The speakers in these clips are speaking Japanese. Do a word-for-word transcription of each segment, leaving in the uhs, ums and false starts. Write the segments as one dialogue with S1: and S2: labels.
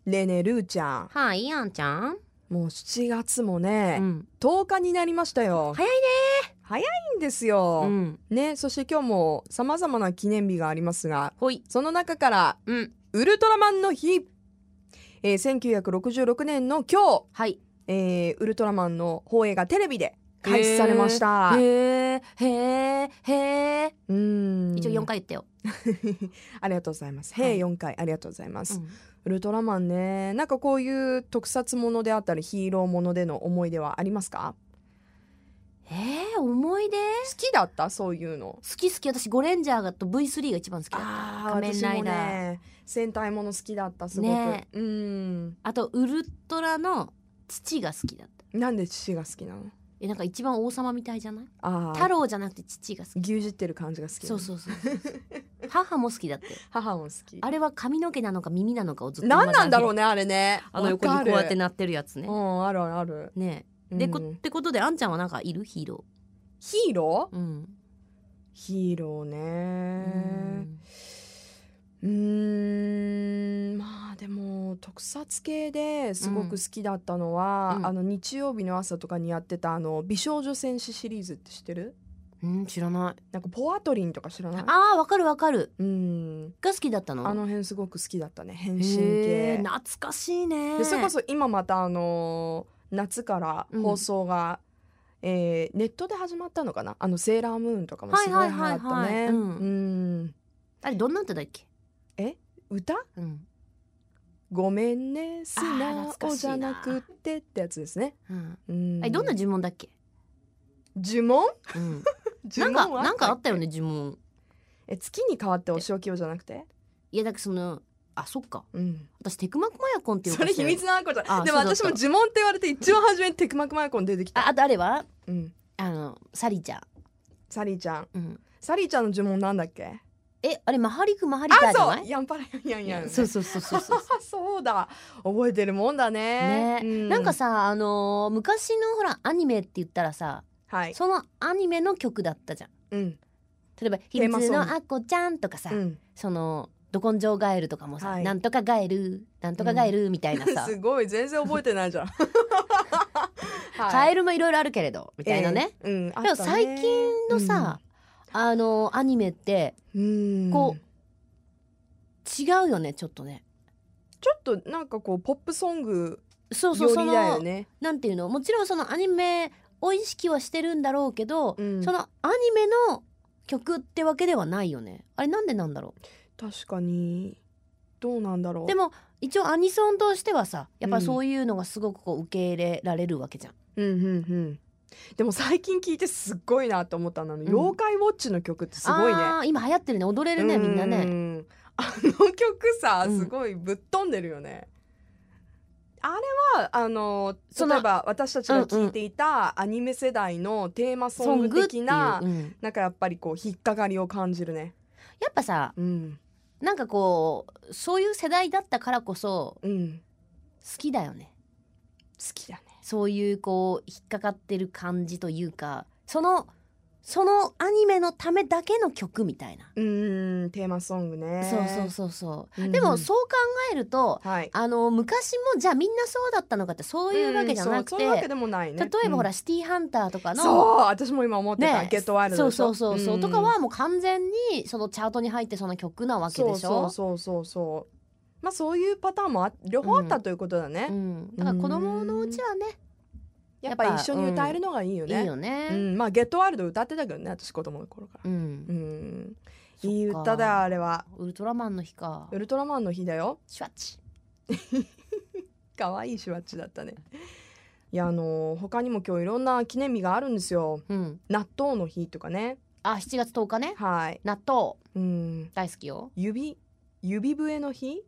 S1: ねえねえルーちゃん、
S2: はい、あんちゃん。
S1: もうしちがつもね、
S2: うん、
S1: とおかになりましたよ。
S2: 早い
S1: ね。早いんですよ、
S2: うん、
S1: ね。そして今日もさまざまな記念日がありますが、
S2: ほい、
S1: その中から、
S2: うん、
S1: ウルトラマンの日、えー、せんきゅうひゃくろくじゅうろくねんの今日、
S2: はい、
S1: えー、ウルトラマンの放映がテレビで開始されました。
S2: へーへーへー。
S1: うーん
S2: 一応よんかい言ったよ。
S1: ありがとうございます。
S2: はい
S1: へーよんかいありがとうございます、
S2: うん、
S1: ウルトラマンね、なんかこういう特撮ものであったりヒーローものでの思い出はありますか？
S2: えー、思い出
S1: 好きだったそういうの。
S2: 好き好き。私ゴレンジャーと ブイスリー が一番好きだった。
S1: あー、
S2: 仮面ライダー、
S1: 私もね、戦隊もの好きだったすごく、
S2: ね、
S1: うん
S2: あとウルトラの父が好きだった。
S1: なんで父が好きなの？
S2: え、なんか一番王様みたいじゃない？
S1: あ
S2: 太郎じゃなくて父が好き。
S1: 牛耳ってる感じが好きなの。
S2: そうそうそうそう母も好きだって。
S1: 母も好き。
S2: あれは髪の毛なのか耳なのかをずっと
S1: 何なんだろう
S2: ね。
S1: ねあれね。
S2: あの横にこうやってなってるやつね。
S1: うんあるあるある
S2: ねえ、
S1: うん
S2: でこってことであんちゃんはなんかいるヒーロ
S1: ヒーロー、
S2: ー？うん
S1: ヒーロー
S2: う
S1: ね
S2: ん
S1: うーんまあでも特撮系ですごく好きだったのは、
S2: うん
S1: あの日曜日の朝とかにやってたあの美少女戦士シリーズって知ってる？
S2: うん知らない。
S1: なんかポアトリンとか知らない？
S2: あーわかるわかる。
S1: うん
S2: が好きだったの？
S1: あの辺すごく好きだったね、変身系
S2: へー懐かしいね。
S1: でそれこそ今またあのー夏から放送が、うんえーネットで始まったのかな、あのセーラームーンとかもすごい流行った
S2: はいはいはいはいうん
S1: ねうん
S2: あれどんな歌だっけ？
S1: え歌
S2: うん
S1: ごめんね素
S2: あー
S1: 直
S2: 懐かしいな
S1: じゃなくってってやつですね。
S2: うん
S1: うん
S2: あれどんな呪文だっけ？
S1: 呪文
S2: うん
S1: 呪
S2: なん
S1: 文
S2: かなんかあったよ
S1: ね。
S2: ね呪文。
S1: え月に変わってお仕置きをじゃなくて、
S2: いやだからそのあそっか
S1: うん、
S2: 私テクマクマヤコンっていう
S1: それ秘密のあこちゃ
S2: あ
S1: んでも
S2: そうだった
S1: 私も呪文って言われて一番初めにテクマクマヤコン出てきた。
S2: ああとあれは
S1: うん、
S2: あのサリちゃん、
S1: サリーちゃん
S2: うん、
S1: サリーちゃんの呪文なんだっけ？
S2: えあれマハリクマハリカ
S1: あ
S2: じゃない？
S1: そうヤンパラヤンヤン、ね、
S2: そうそうそうそうそう
S1: そうだ覚えてるもんだね。
S2: ね、
S1: うん、
S2: なんかさあのー昔のほらアニメって言ったらさ
S1: はい、
S2: そのアニメの曲だったじゃん。
S1: うん
S2: 例えば「秘
S1: テーマソング
S2: 密のアッコちゃん」とかさ、
S1: うん、
S2: その「ど根性ガエル」とかもさ、
S1: はい
S2: なんとかガエルなんとかガエルみたいなさ、
S1: すごい全然覚えてないじゃん。
S2: カエルもいろいろあるけれどみたいなね、
S1: えーうん、
S2: でも最近のさ、あのーアニメって
S1: うん、
S2: こ違うよねちょっとね。
S1: ちょっとなんかこうポップソング
S2: そうそうそ
S1: よりだよ
S2: の
S1: ね。
S2: なんていうの、もちろんそのアニメを意識はしてるんだろうけど、
S1: うん
S2: そのアニメの曲ってわけではないよね。あれなんでなんだろ
S1: 確かにどうなんだろう。
S2: う。でも一応アニソンとしてはさやっぱそういうのがすごくこう受け入れられるわけじゃん。
S1: うんうんうんでも最近聞いてすっごいなと思ったの、
S2: ん
S1: 妖怪ウォッチの曲ってすごいね。
S2: あー今流行ってるね、踊れるねみんな
S1: う
S2: ね。
S1: んあの曲さ
S2: うん
S1: すごいぶっ飛んでるよね、あれはあの
S2: その
S1: 例えば私たちが聴いていたアニメ世代のテーマソング的な、
S2: ソングっていううん
S1: なんかやっぱりこう引っかかりを感じるね。
S2: やっぱさ
S1: うん
S2: なんかこうそういう世代だったからこそ
S1: うん
S2: 好きだよね。
S1: 好きだね。
S2: そういうこう引っかかってる感じというか、そのそのアニメのためだけの曲みたいな、
S1: うんテーマソングね。
S2: そうそうそうそう、
S1: うん
S2: でもそう考えると
S1: はい
S2: あの昔もじゃあみんなそうだったのかってそういうわけじゃなくて、
S1: うんそうそういうわけでもないね。
S2: 例えばほら、
S1: うん
S2: シティーハンターとかの
S1: そう私も今思ってた、
S2: ね
S1: ゲットワイルド
S2: そう
S1: でしょ。
S2: そうそうそう、
S1: ん
S2: とかはもう完全にそのチャートに入ってその曲なわけでしょ。
S1: そうそうそうそうそうまあそういうパターンもあ両方あったということだね、
S2: うん、だから子供のうちはね
S1: やっぱ一緒に歌えるのがいいよね。
S2: いいよね、
S1: うん、まあゲットワイルド歌ってたけどね私子供の頃から。
S2: うん
S1: うん
S2: そっか
S1: いい歌だよあれは。
S2: ウルトラマンの日か。
S1: ウルトラマンの日だよ。
S2: シュワッチ。
S1: 可愛いシュワッチだったね。いやあのー他にも今日いろんな記念日があるんですよ。
S2: うん。
S1: 納豆の日とかね。
S2: あ、しちがつとおかね。
S1: はい。
S2: 納豆
S1: うん
S2: 大好きよ。
S1: 指指笛の日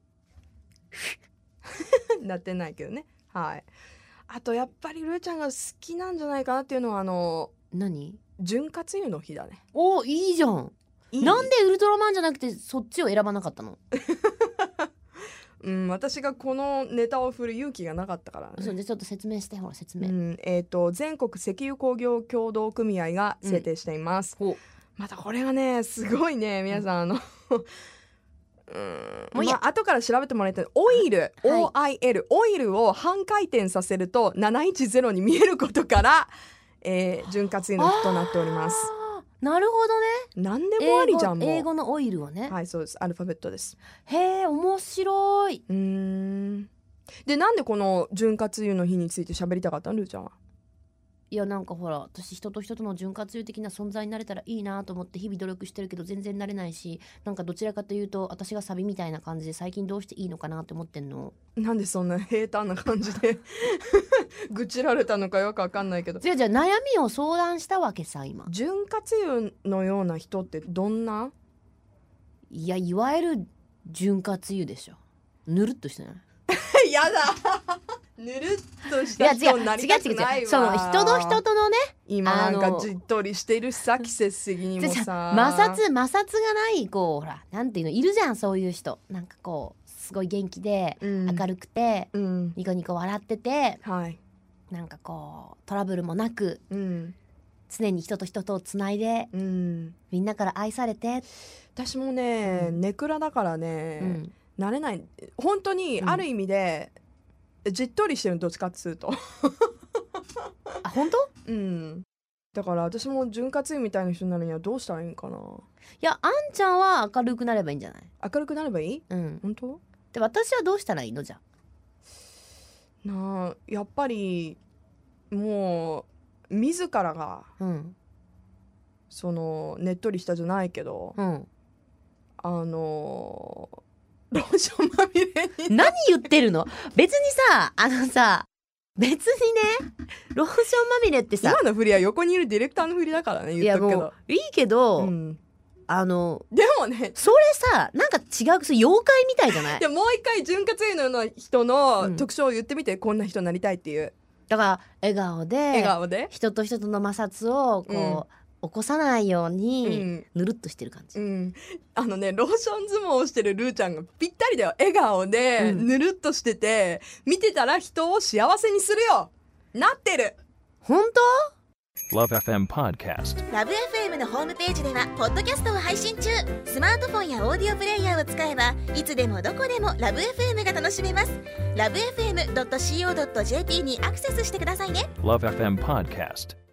S1: なってないけどね。はい。あとやっぱりルーちゃんが好きなんじゃないかなっていうのはあの
S2: 何？
S1: 潤滑油の日だね。
S2: お、いいじゃん。
S1: いい
S2: なんでウルトラマンじゃなくてそっちを選ばなかったの？
S1: うん、私がこのネタを振る勇気がなかったから、ね。
S2: そうでちょっと説明してほら説明。
S1: うん、えっ、と全国石油工業協同組合が制定しています。
S2: ほ
S1: またこれがねすごいね皆さん、あのううん
S2: もういいや
S1: まあ後から調べてもらいたい。オイル、
S2: はい
S1: オーアイエル オイルを半回転させるとななひゃくじゅうに見えることから、えー、潤滑油の日となっております。
S2: あーなるほどね。
S1: 何でもありじゃんもう。
S2: 英語のオイルをね、
S1: はいそうです、アルファベットです。
S2: へえ面白い。
S1: うーんでなんでこの潤滑油の日について喋りたかったのルーちゃんは。
S2: いやなんかほら私人と人との潤滑油的な存在になれたらいいなと思って日々努力してるけど全然なれないし、なんかどちらかというと私がサビみたいな感じで最近どうしていいのかなって思ってんの。
S1: なんでそんな平坦な感じで愚痴られたのかよくわかんないけど。
S2: じゃあじゃあ悩みを相談したわけさ今。
S1: 潤滑油のような人ってどんな？
S2: いやいわゆる潤滑油でしょ。ぬるっとしてない？
S1: やだぬるっとし
S2: いや
S1: た人になりたくないわ。
S2: 違う違う違うその人の人とのね
S1: 今なんか
S2: あの
S1: じっとりしてるしさ季節的にもさ
S2: 摩擦摩擦がないこうほらなんていうのいるじゃんそういう人。なんかこうすごい元気で、
S1: うん、
S2: 明るくて、
S1: うん、
S2: ニコニコ笑ってて、
S1: はい
S2: なんかこうトラブルもなく、
S1: うん、
S2: 常に人と人とをつないで、
S1: うん、
S2: みんなから愛されて。
S1: 私もね、うん、ネクラだからね、うん、なれない本当にある意味で、うん、じっとりしてるのどっちかっつうと
S2: あ本当？
S1: うんだから私も潤滑油みたいな人になるにはどうしたらいいんかな。い
S2: やあんちゃんは明るくなればいいんじゃない？
S1: 明るくなればいい？
S2: うん
S1: 本当？
S2: で私はどうしたらいいのじゃ
S1: なあやっぱりもう自らが、
S2: うん、
S1: そのねっとりしたじゃないけど、
S2: うん、
S1: あのローションまみれに
S2: 何言ってるの？別にさあのさ別にねローションまみれってさ
S1: 今の振りは横にいるディレクターの振りだからね言っとくけど。いやもう
S2: いいけど、
S1: うん、
S2: あの
S1: でもね
S2: それさなんか違うそれ妖怪みたいじゃない？
S1: でもう一回潤滑油のような人の特徴を言ってみて、うん、こんな人になりたいっていう。
S2: だから笑顔で
S1: 笑顔で
S2: 人と人との摩擦をこう、うん、起こさないように、うん、ぬるっとしてる感じ、
S1: うん、あのねローション相撲をしてるルーちゃんがぴったりだよ。笑顔で、うん、ぬるっとしてて見てたら人を幸せにするよ。なってる。
S2: 本当
S3: Love エフエム Podcast。
S4: ラブ エフエム のホームページではポッドキャストを配信中。スマートフォンやオーディオプレイヤーを使えばいつでもどこでもラブ エフエム が楽しめます。 ラブエフエムドットシーオードットジェーピー にアクセスしてくださいね。
S3: Love エフエム Podcast。